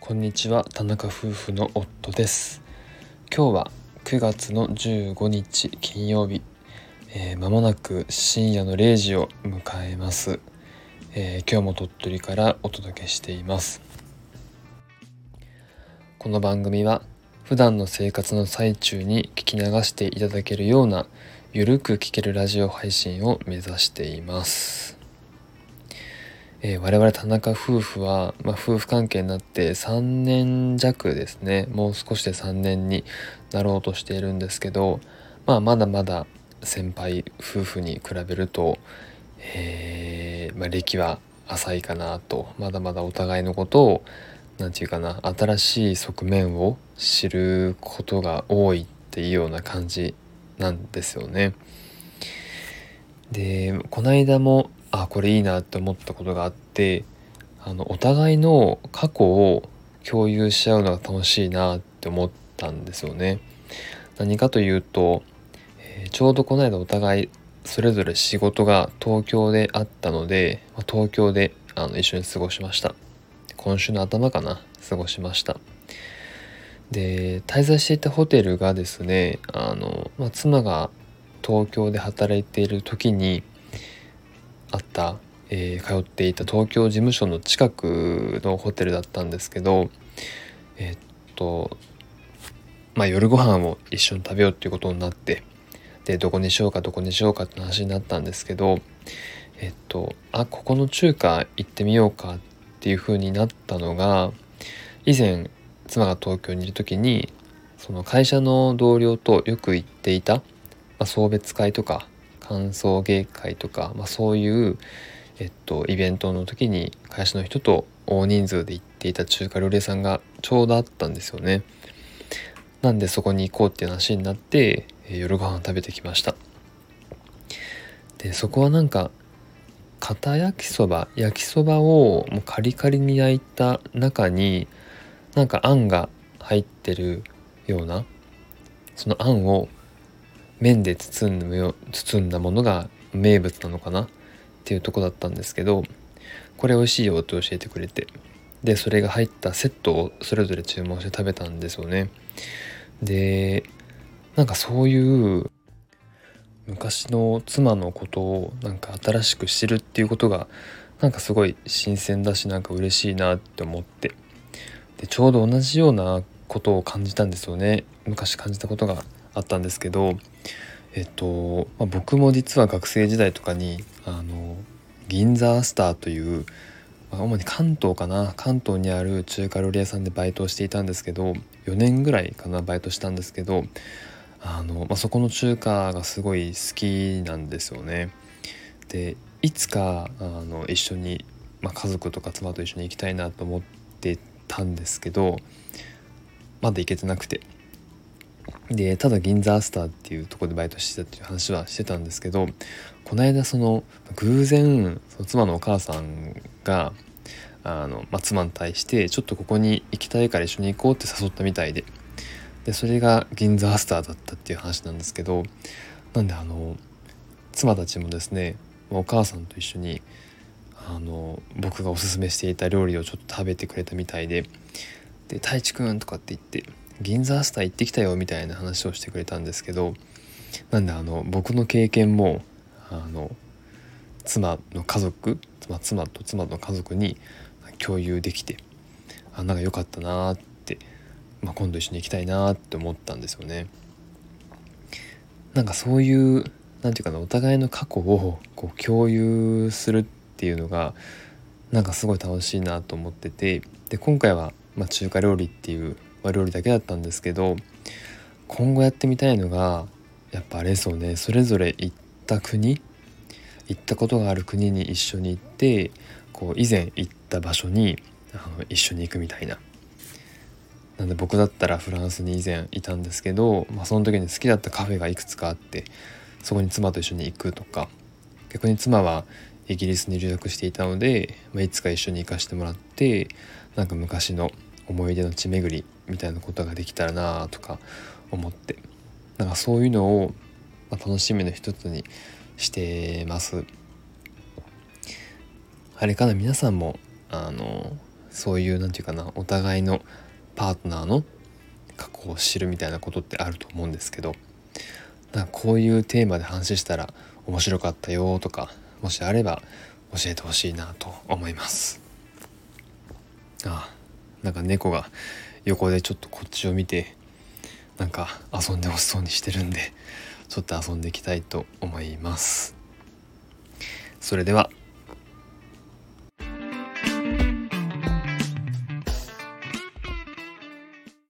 こんにちは、田中夫婦の夫です。今日は9月の15日金曜日、間もなく深夜の0時を迎えます。今日も鳥取からお届けしています。この番組は普段の生活の最中に聞き流していただけるようなゆるく聞けるラジオ配信を目指しています。我々田中夫婦は、夫婦関係になって3年弱ですね。もう少しで3年になろうとしているんですけど、まだまだ先輩夫婦に比べると、歴は浅いかなと。まだまだお互いのことを新しい側面を知ることが多いっていうような感じなんですよね。で、この間もこれいいなって思ったことがあって、お互いの過去を共有し合うのが楽しいなって思ったんですよね。何かというと、ちょうどこの間お互いそれぞれ仕事が東京であったので、東京で一緒に過ごしました。今週の頭かな、過ごしました。で、滞在していたホテルがですね、妻が東京で働いている時にあった、通っていた東京事務所の近くのホテルだったんですけど、夜ご飯を一緒に食べようっていうことになって、でどこにしようかって話になったんですけど、ここの中華行ってみようかっていう風になったのが、以前妻が東京にいる時にその会社の同僚とよく行っていた、送別会とか歓送迎会とか、そういう、イベントの時に会社の人と大人数で行っていた中華料理屋さんがちょうどあったんですよね。なんでそこに行こうっていう話になって、夜ご飯食べてきました。で、そこは片焼きそばをもうカリカリに焼いた中にあんが入ってるような、そのあんを麺で包んだものが名物なのかなっていうとこだったんですけど、これ美味しいよって教えてくれて、でそれが入ったセットをそれぞれ注文して食べたんですよね。で、そういう昔の妻のことを新しく知るっていうことがすごい新鮮だし、嬉しいなって思って、でちょうど同じようなことを感じたんですよね。昔感じたことがあったんですけど、僕も実は学生時代とかに銀座スターという、主に関東にある中華料理屋さんでバイトをしていたんですけど、4年ぐらいかなバイトしたんですけど、そこの中華がすごい好きなんですよね。で、いつか一緒に、家族とか妻と一緒に行きたいなと思ってたんですけど、まだ行けてなくて、でただ銀座スターっていうところでバイトしてたっていう話はしてたんですけど、この間偶然その妻のお母さんが妻に対してちょっとここに行きたいから一緒に行こうって誘ったみたいで、それが銀座スターだったっていう話なんですけど、なんで妻たちもですね、お母さんと一緒に僕がおすすめしていた料理をちょっと食べてくれたみたいで、太一くんとかって言って銀座スター行ってきたよみたいな話をしてくれたんですけど、僕の経験も妻の家族、妻と妻の家族に共有できて、良かったなって、今度一緒に行きたいなって思ったんですよね。そういうお互いの過去を共有するっていうのがすごい楽しいなと思ってて、で今回は中華料理っていう、料理だけだったんですけど、今後やってみたいのがやっぱあれですよね。それぞれ行ったことがある国に一緒に行って、以前行った場所に一緒に行くみたいな。なんで僕だったらフランスに以前いたんですけど、その時に好きだったカフェがいくつかあって、そこに妻と一緒に行くとか、逆に妻はイギリスに留学していたので、いつか一緒に行かせてもらって、昔の思い出の地巡りみたいなことができたらなとか思って、そういうのを楽しみの一つにしてます。あれかな、皆さんもそういうなんていうかな、お互いのパートナーの過去を知るみたいなことってあると思うんですけど、なんかこういうテーマで話したら面白かったよとか、もしあれば教えてほしいなと思います。なんか猫が横でちょっとこっちを見てなんか遊んでほしそうにしてるんで、ちょっと遊んでいきたいと思います。それでは